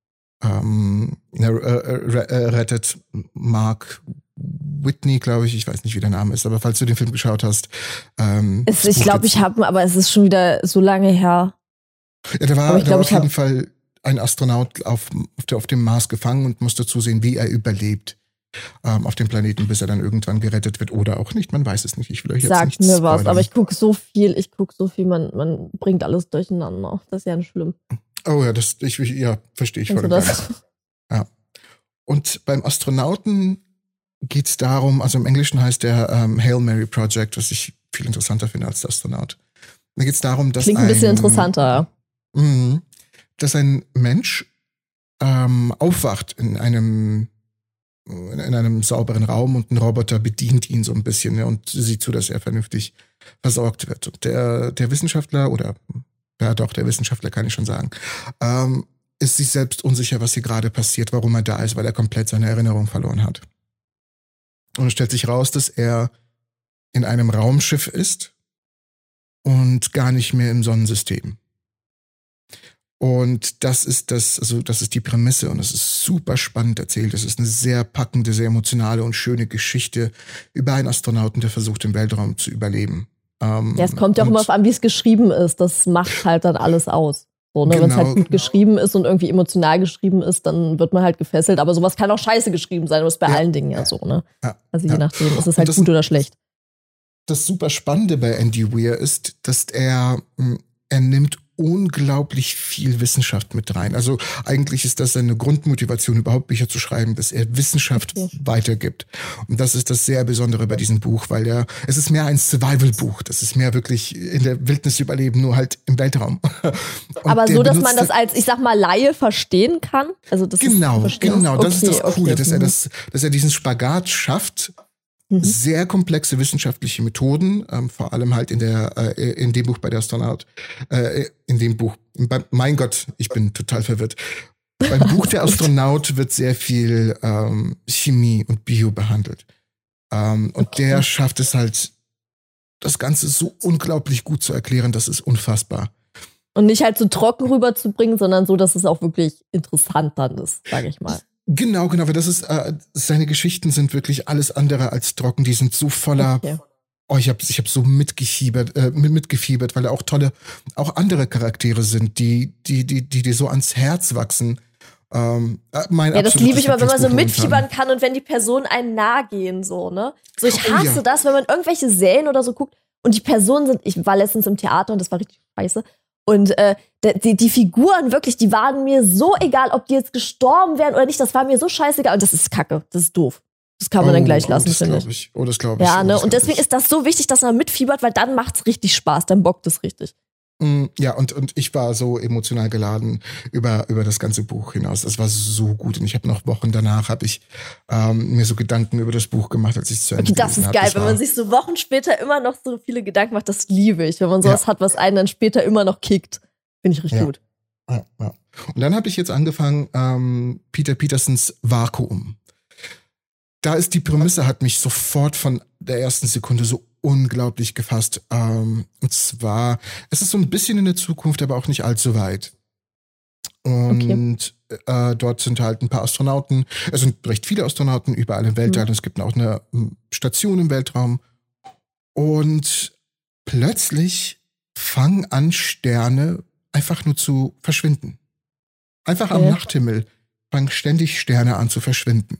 Rettet Mark Whitney, glaube ich. Ich weiß nicht, wie der Name ist, aber falls du den Film geschaut hast. Ich glaube, ich habe, aber es ist schon wieder so lange her. Ja, der war auf jeden Fall ein Astronaut auf dem Mars gefangen und musste zusehen, wie er überlebt auf dem Planeten, bis er dann irgendwann gerettet wird oder auch nicht. Man weiß es nicht. Ich will euch jetzt Sag nicht mir spoilern. was, aber ich gucke so viel, man bringt alles durcheinander. Das ist ja nicht schlimm. Oh ja, verstehe ich voll und ganz. Ja. Und beim Astronauten geht es darum, also im Englischen heißt der Hail Mary Project, was ich viel interessanter finde als der Astronaut. Da geht es darum, dass klingt ein bisschen interessanter, ja. Dass ein Mensch aufwacht in einem sauberen Raum und ein Roboter bedient ihn so ein bisschen, ne, und sieht zu, dass er vernünftig versorgt wird. Und der Wissenschaftler der Wissenschaftler kann ich schon sagen, ist sich selbst unsicher, was hier gerade passiert, warum er da ist, weil er komplett seine Erinnerung verloren hat. Und es stellt sich raus, dass er in einem Raumschiff ist und gar nicht mehr im Sonnensystem. Und das ist die Prämisse und es ist super spannend erzählt. Es ist eine sehr packende, sehr emotionale und schöne Geschichte über einen Astronauten, der versucht, im Weltraum zu überleben. Es kommt ja auch immer auf an, wie es geschrieben ist. Das macht halt dann alles aus. So, ne? Wenn es halt gut geschrieben ist und irgendwie emotional geschrieben ist, dann wird man halt gefesselt. Aber sowas kann auch scheiße geschrieben sein, aber das ist bei allen Dingen ja so, ne? Ja, also je nachdem, ist es halt gut oder schlecht. Das super Spannende bei Andy Weir ist, dass er nimmt unglaublich viel Wissenschaft mit rein. Also eigentlich ist das seine Grundmotivation, überhaupt Bücher zu schreiben, dass er Wissenschaft weitergibt. Und das ist das sehr Besondere bei diesem Buch, weil es ist mehr ein Survival-Buch. Das ist mehr wirklich in der Wildnis überleben, nur halt im Weltraum. Aber so, dass man das als, ich sag mal, Laie verstehen kann? Also das genau, das ist das Coole, dass er diesen Spagat schafft, sehr komplexe wissenschaftliche Methoden, vor allem halt in dem Buch bei der Astronaut, mein Gott, ich bin total verwirrt. Beim Buch der Astronaut wird sehr viel Chemie und Bio behandelt. Und der schafft es halt, das Ganze so unglaublich gut zu erklären, das ist unfassbar. Und nicht halt so trocken rüberzubringen, sondern so, dass es auch wirklich interessant dann ist, sage ich mal. Genau, weil das ist, seine Geschichten sind wirklich alles andere als trocken. Die sind so voller, ich hab so mitgefiebert, weil da auch andere Charaktere sind, die dir so ans Herz wachsen. Mein Ja, das liebe ich immer, wenn man so Lieblingsbuch mitfiebern momentan. kann und wenn die Personen einem nahe gehen, so, ne? So, ich Oh hasse ja. das, wenn man irgendwelche Serien oder so guckt und die Personen sind, ich war letztens im Theater und das war richtig scheiße. Und die Figuren wirklich, die waren mir so egal, ob die jetzt gestorben wären oder nicht, das war mir so scheißegal. Und das ist Kacke, das ist doof. Das kann man dann gleich lassen, das finde glaube ich. ich. Oh, das glaube ich. Ja, Oh, ne? das Und glaub deswegen ich. ist das so wichtig, dass man mitfiebert, weil dann macht's richtig Spaß, dann bockt es richtig. Ja, und ich war so emotional geladen über das ganze Buch hinaus. Das war so gut. Und ich habe noch Wochen danach, habe ich mir so Gedanken über das Buch gemacht, als ich es zu Ende Okay, das gelesen ist habe. geil, wenn man sich so Wochen später immer noch so viele Gedanken macht, das liebe ich. Wenn man sowas hat, was einen dann später immer noch kickt. Finde ich richtig gut. Ja. Und dann habe ich jetzt angefangen, Peter Petersens Vakuum. Da ist die Prämisse, hat mich sofort von der ersten Sekunde so unglaublich gefasst. Und zwar, es ist so ein bisschen in der Zukunft, aber auch nicht allzu weit. Und dort sind halt ein paar Astronauten. Es sind recht viele Astronauten überall im Weltall. Und es gibt auch eine Station im Weltraum. Und plötzlich fangen an, Sterne einfach nur zu verschwinden. Einfach am Nachthimmel fangen ständig Sterne an zu verschwinden.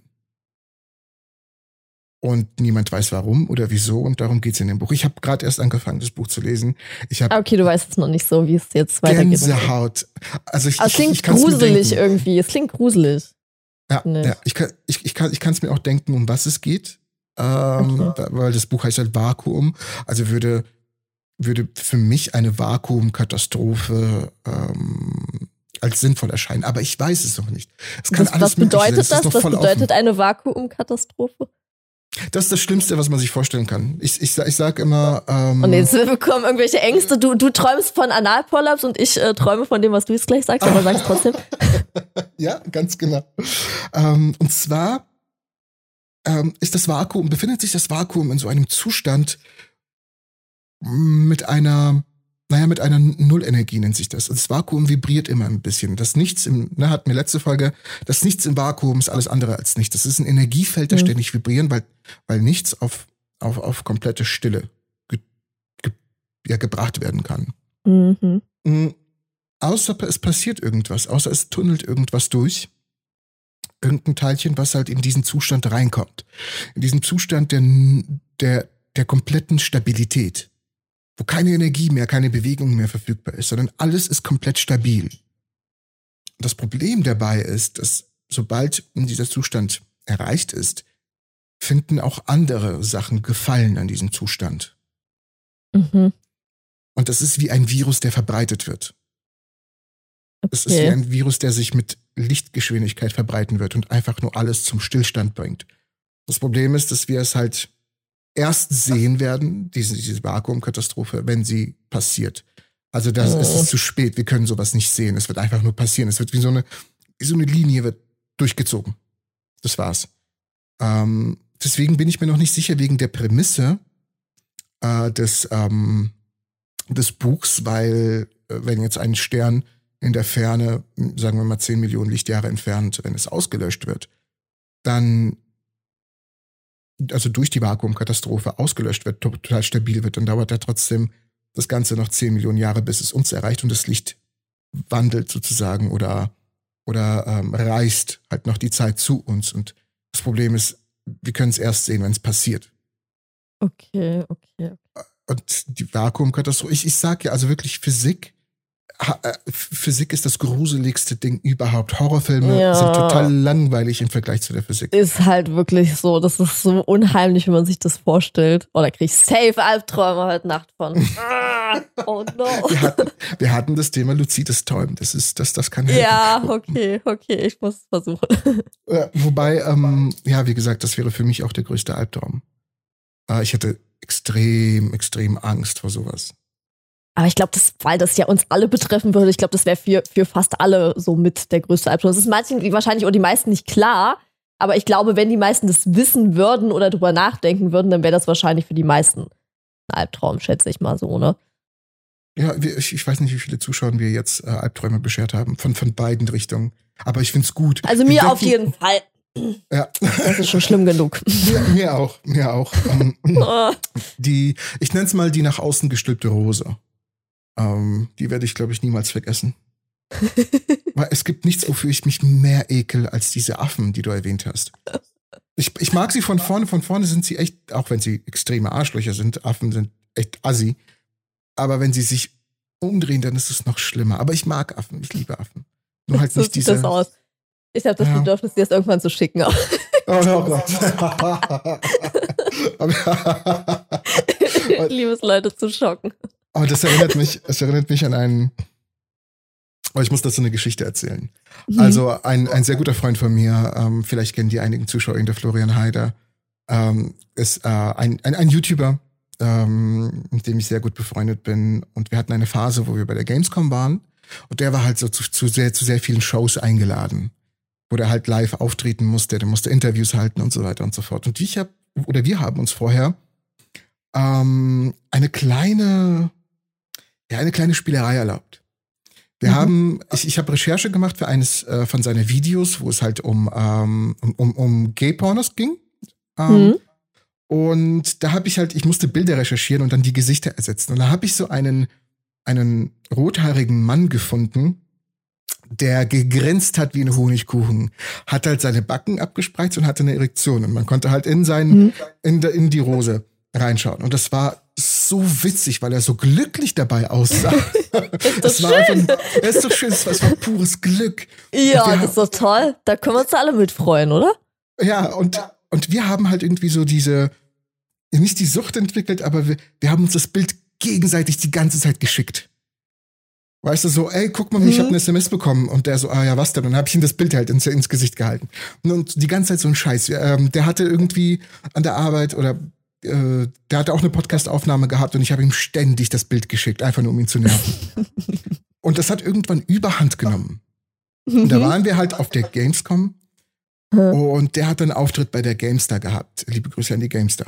Und niemand weiß warum oder wieso, und darum geht's in dem Buch. Ich habe gerade erst angefangen, das Buch zu lesen. Ich habe Okay, du weißt jetzt noch nicht so, wie es jetzt weitergeht. Gänsehaut. Also es klingt gruselig irgendwie. Es klingt gruselig. Ja, ich kann es mir auch denken, um was es geht. Weil das Buch heißt halt Vakuum. Also würde für mich eine Vakuumkatastrophe als sinnvoll erscheinen. Aber ich weiß es noch nicht. Es kann Was bedeutet das? Was bedeutet offen. eine Vakuumkatastrophe? Das ist das Schlimmste, was man sich vorstellen kann. Ich sag immer. Und jetzt bekommen irgendwelche Ängste. Du träumst von Analprolaps und ich träume von dem, was du jetzt gleich sagst, aber sag's trotzdem. Ja, ganz genau. Und zwar befindet sich das Vakuum in so einem Zustand mit einer Nullenergie nennt sich das. Und das Vakuum vibriert immer ein bisschen. Das Nichts hatten wir letzte Folge, das Nichts im Vakuum ist alles andere als nichts. Das ist ein Energiefeld, das ständig vibrieren, weil nichts auf komplette Stille gebracht werden kann. Außer es passiert irgendwas, außer es tunnelt irgendwas durch. Irgendein Teilchen, was halt in diesen Zustand reinkommt. In diesen Zustand der kompletten Stabilität. Wo keine Energie mehr, keine Bewegung mehr verfügbar ist, sondern alles ist komplett stabil. Das Problem dabei ist, dass sobald dieser Zustand erreicht ist, finden auch andere Sachen Gefallen an diesem Zustand. Und das ist wie ein Virus, der verbreitet wird. Es ist wie ein Virus, der sich mit Lichtgeschwindigkeit verbreiten wird und einfach nur alles zum Stillstand bringt. Das Problem ist, dass wir es halt erst sehen werden, diese Vakuumkatastrophe, wenn sie passiert. Also das ist es zu spät. Wir können sowas nicht sehen. Es wird einfach nur passieren. Es wird wie so eine Linie wird durchgezogen. Das war's. Deswegen bin ich mir noch nicht sicher wegen der Prämisse des Buchs, weil wenn jetzt ein Stern in der Ferne, sagen wir mal 10 Millionen Lichtjahre entfernt, wenn es ausgelöscht wird, dann also durch die Vakuumkatastrophe ausgelöscht wird, total stabil wird, dann dauert ja trotzdem das Ganze noch 10 Millionen Jahre, bis es uns erreicht und das Licht wandelt sozusagen oder reißt halt noch die Zeit zu uns. Und das Problem ist, wir können es erst sehen, wenn es passiert. Okay. Und die Vakuumkatastrophe, ich sag ja, also wirklich Physik ist das gruseligste Ding überhaupt. Horrorfilme sind total langweilig im Vergleich zu der Physik. Ist halt wirklich so. Das ist so unheimlich, wenn man sich das vorstellt. Oh, da krieg ich safe Albträume heute Nacht von. Oh no. Wir hatten das Thema luzides Träumen. Das kann helfen. Ja, okay. Ich muss es versuchen. Wobei, wie gesagt, das wäre für mich auch der größte Albtraum. Ich hätte extrem Angst vor sowas. Aber ich glaube, weil das ja uns alle betreffen würde, ich glaube, das wäre für fast alle so mit der größte Albtraum. Das ist manchen wahrscheinlich oder die meisten nicht klar, aber ich glaube, wenn die meisten das wissen würden oder drüber nachdenken würden, dann wäre das wahrscheinlich für die meisten ein Albtraum, schätze ich mal so, ne? Ja, ich weiß nicht, wie viele Zuschauer wir jetzt Albträume beschert haben, von beiden Richtungen. Aber ich find's gut. Also mir auf jeden Fall. Ja. Das ist schon schlimm genug. Mir auch. Ich nenne es mal die nach außen gestülpte Rose. Die werde ich, glaube ich, niemals vergessen. Weil es gibt nichts, wofür ich mich mehr ekel als diese Affen, die du erwähnt hast. Ich mag sie von vorne. Von vorne sind sie echt, auch wenn sie extreme Arschlöcher sind, Affen sind echt assi. Aber wenn sie sich umdrehen, dann ist es noch schlimmer. Aber ich mag Affen, ich liebe Affen. Nur halt nicht diese... das aus. Ich habe das Bedürfnis, dir das irgendwann zu schicken. Oh Gott. Ich liebe es, Leute zu schocken. Aber das erinnert mich an einen... Oh, ich muss dazu eine Geschichte erzählen. Also ein sehr guter Freund von mir, vielleicht kennen die einigen Zuschauer, der Florian Haider, ist ein YouTuber, mit dem ich sehr gut befreundet bin. Und wir hatten eine Phase, wo wir bei der Gamescom waren. Und der war halt so zu sehr vielen Shows eingeladen, wo der halt live auftreten musste, der musste Interviews halten und so weiter und so fort. Und wir haben uns vorher eine kleine Spielerei erlaubt. Wir haben, ich habe Recherche gemacht für eines von seinen Videos, wo es halt um Gay-Pornos ging. Und da habe ich musste Bilder recherchieren und dann die Gesichter ersetzen. Und da habe ich so einen rothaarigen Mann gefunden, der gegrinst hat wie ein Honigkuchen, hat halt seine Backen abgespreizt und hatte eine Erektion. Und man konnte halt in die Rose reinschauen. Und das war so witzig, weil er so glücklich dabei aussah. Das ist doch schön, das war pures Glück. Ja, das ist doch toll. Da können wir uns alle mitfreuen, oder? Ja, und wir haben halt irgendwie so nicht die Sucht entwickelt, aber wir haben uns das Bild gegenseitig die ganze Zeit geschickt. Weißt du, so, ey, guck mal, ich habe eine SMS bekommen. Und der so, ja, was denn? Und dann habe ich ihm das Bild halt ins Gesicht gehalten. Und die ganze Zeit so ein Scheiß. Der hatte irgendwie an der Arbeit der hatte auch eine Podcast-Aufnahme gehabt und ich habe ihm ständig das Bild geschickt, einfach nur um ihn zu nerven. Und das hat irgendwann Überhand genommen. Und da waren wir halt auf der Gamescom und der hat einen Auftritt bei der GameStar gehabt. Liebe Grüße an die GameStar.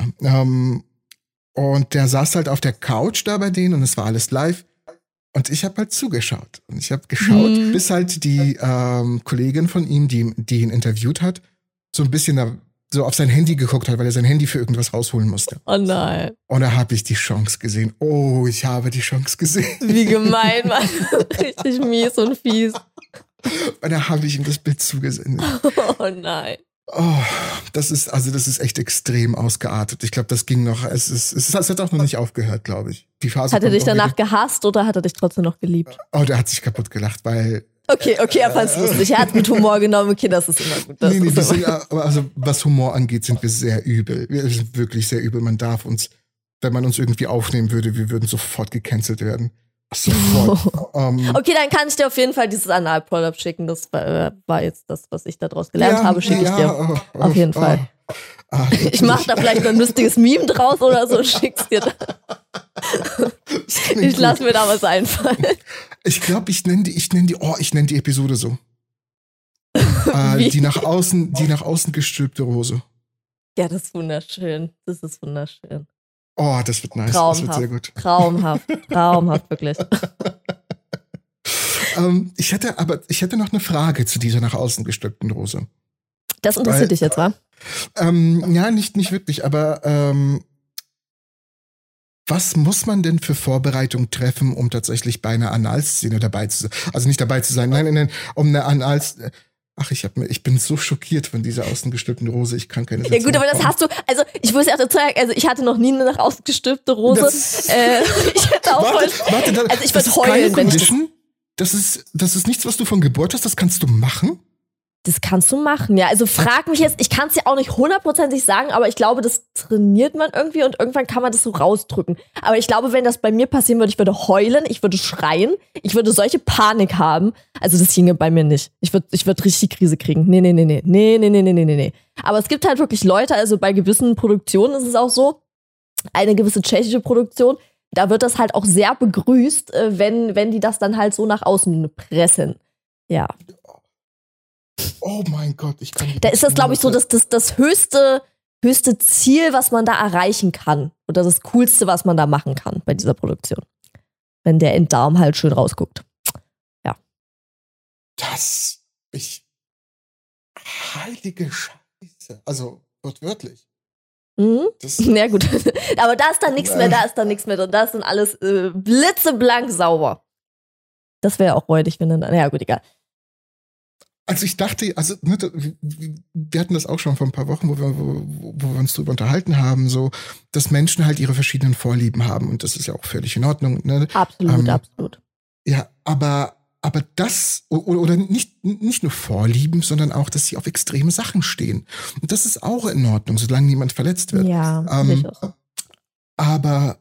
Und der saß halt auf der Couch da bei denen und es war alles live. Und ich habe halt zugeschaut. Und ich habe geschaut, bis halt die Kollegin von ihm, die ihn interviewt hat, so ein bisschen da so auf sein Handy geguckt hat, weil er sein Handy für irgendwas rausholen musste. Oh nein. Und da habe ich die Chance gesehen. Oh, ich habe die Chance gesehen. Wie gemein, Mann. Richtig mies und fies. Und da habe ich ihm das Bild zugesendet. Oh nein. Oh, das ist echt extrem ausgeartet. Ich glaube, das ging noch, es hat auch noch nicht aufgehört, glaube ich. Die Phase hat er dich danach gehasst oder hat er dich trotzdem noch geliebt? Oh, der hat sich kaputt gelacht, weil... Okay, er fand es lustig. Er hat mit Humor genommen. Okay, das ist immer gut. Also was Humor angeht, sind wir sehr übel. Wir sind wirklich sehr übel. Man darf uns, wenn man uns irgendwie aufnehmen würde, wir würden sofort gecancelt werden. Sofort. Okay, dann kann ich dir auf jeden Fall dieses Analproduct schicken. Das war jetzt das, was ich daraus gelernt habe, schicke ich dir. Auf jeden Fall. Ich mache da vielleicht ein lustiges Meme draus oder so und schick's dir dann. Ich lasse mir da was einfallen. Ich glaube, ich nenne die Episode so. Die nach außen gestülpte Rose. Ja, das ist wunderschön. Das ist wunderschön. Oh, das wird nice. Traumhaft. Das wird sehr gut. Traumhaft, wirklich. Ich hätte noch eine Frage zu dieser nach außen gestülpten Rose. Das interessiert dich jetzt, wa? Ja, nicht wirklich, aber was muss man denn für Vorbereitungen treffen, um tatsächlich bei einer Analszene dabei zu sein? Also nicht dabei zu sein, nein, um eine Analszene. Ach, ich bin so schockiert von dieser außengestülpten Rose, ich kann keine Sätze Ja gut, aber das hast du, also ich muss ja auch dazu sagen, also ich hatte noch nie eine nach außen gestülpte Rose. Ich hätte auch also ich würde heulen, wenn ich das ist nichts, was du von Geburt hast, das kannst du machen? Das kannst du machen, ja. Also frag mich jetzt, ich kann es dir auch nicht 100%ig sagen, aber ich glaube, das trainiert man irgendwie und irgendwann kann man das so rausdrücken. Aber ich glaube, wenn das bei mir passieren würde, ich würde heulen, ich würde schreien, ich würde solche Panik haben. Also das ginge bei mir nicht. Ich würde richtig Krise kriegen. Nee. Aber es gibt halt wirklich Leute, also bei gewissen Produktionen ist es auch so, eine gewisse tschechische Produktion, da wird das halt auch sehr begrüßt, wenn die das dann halt so nach außen pressen. Ja. Oh mein Gott, ich kann nicht. Da ist das, glaube ich, so das höchste Ziel, was man da erreichen kann. Oder das Coolste, was man da machen kann bei dieser Produktion. Wenn der Enddarm halt schön rausguckt. Ja. Heilige Scheiße. Also, wortwörtlich. Mhm. Ja, gut. Aber da ist dann nichts mehr, da ist dann nichts mehr drin. Da ist dann alles blitzeblank sauber. Das wäre auch räudig, wenn dann. Ja, gut, egal. Also ich dachte, wir hatten das auch schon vor ein paar Wochen, wo wir uns drüber unterhalten haben, so, dass Menschen halt ihre verschiedenen Vorlieben haben und das ist ja auch völlig in Ordnung. Ne? Absolut. Ja, aber das, oder nicht nur Vorlieben, sondern auch, dass sie auf extreme Sachen stehen. Und das ist auch in Ordnung, solange niemand verletzt wird. Ja, aber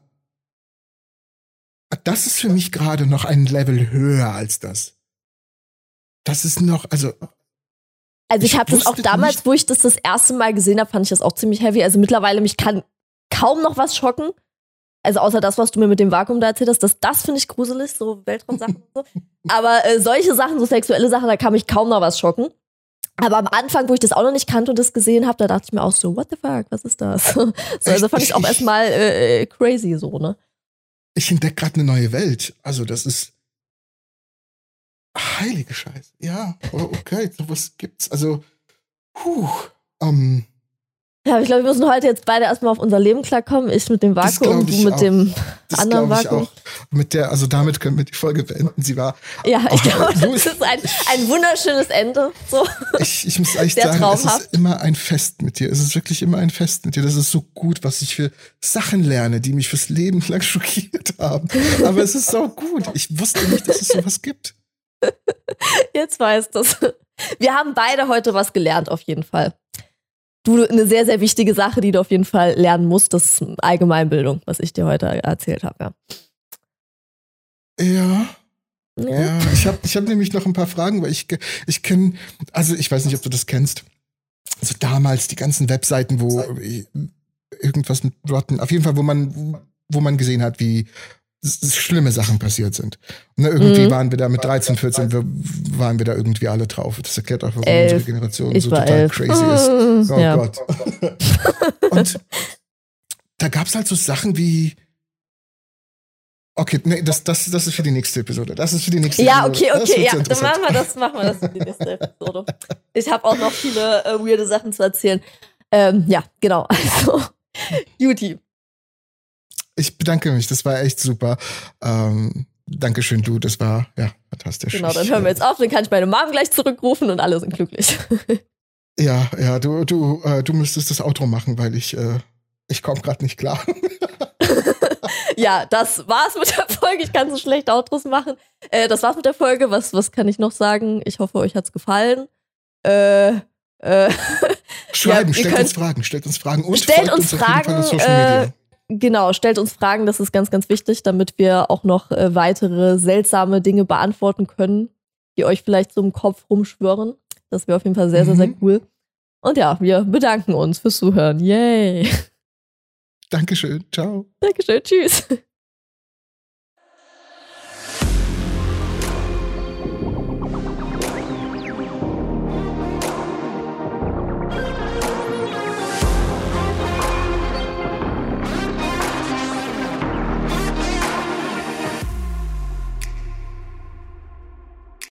das ist für mich gerade noch ein Level höher als das. Das ist noch, also ich habe das auch damals, wo ich das erste Mal gesehen habe, fand ich das auch ziemlich heavy. Also mittlerweile, mich kann kaum noch was schocken. Also außer das, was du mir mit dem Vakuum da erzählt hast, das finde ich gruselig, so Weltraumsachen und so. Aber solche Sachen, so sexuelle Sachen, da kann mich kaum noch was schocken. Aber am Anfang, wo ich das auch noch nicht kannte und das gesehen habe, da dachte ich mir auch so, what the fuck, was ist das? So, also fand ich auch erstmal crazy so, ne? Ich entdecke gerade eine neue Welt. Also das ist heilige Scheiße. Ja, okay, sowas gibt's. Also, Ja, ich glaube, wir müssen heute jetzt beide erstmal auf unser Leben klarkommen. Ich mit dem Vakuum, du mit dem anderen Vakuum. Damit können wir die Folge beenden. Sie war. Ja, ich glaube, das ist ein wunderschönes Ende. So. Ich muss echt sagen, traumhaft. Es ist immer ein Fest mit dir. Es ist wirklich immer ein Fest mit dir. Das ist so gut, was ich für Sachen lerne, die mich fürs Leben lang schockiert haben. Aber es ist so gut. Ich wusste nicht, dass es sowas gibt. Jetzt weißt du es. Wir haben beide heute was gelernt, auf jeden Fall. Du, eine sehr, sehr wichtige Sache, die du auf jeden Fall lernen musst, das ist Allgemeinbildung, was ich dir heute erzählt habe. Ja. Ich hab nämlich noch ein paar Fragen, weil ich kenne, also ich weiß nicht, ob du das kennst. Also damals die ganzen Webseiten, wo irgendwas mit Rotten, auf jeden Fall, wo man gesehen hat, wie schlimme Sachen passiert sind. Ne, irgendwie waren wir da mit 13, 14, waren wir da irgendwie alle drauf. Das erklärt auch, warum unsere Generation so total crazy ist. Oh Gott. Und da gab's halt so Sachen wie okay, nee, das ist für die nächste Episode. Das ist für die nächste Episode. Okay, ja, dann machen wir das für die nächste Episode. Ich habe auch noch viele weirde Sachen zu erzählen. Ja, genau. Also, Juti. Ich bedanke mich, das war echt super. Dankeschön, du, das war ja fantastisch. Genau, dann hören wir jetzt auf, dann kann ich meine Mom gleich zurückrufen und alle sind glücklich. Ja, du müsstest das Outro machen, weil ich komme gerade nicht klar. Ja, das war's mit der Folge. Ich kann so schlecht Outros machen. Das war's mit der Folge. Was kann ich noch sagen? Ich hoffe, euch hat's gefallen. Schreiben, stellt uns Fragen und stellt uns auf Fragen. jeden Fall auf Social Media. Genau, stellt uns Fragen, das ist ganz, ganz wichtig, damit wir auch noch weitere seltsame Dinge beantworten können, die euch vielleicht so im Kopf rumschwirren. Das wäre auf jeden Fall sehr, sehr, sehr cool. Und ja, wir bedanken uns fürs Zuhören. Yay! Dankeschön, ciao. Dankeschön, tschüss.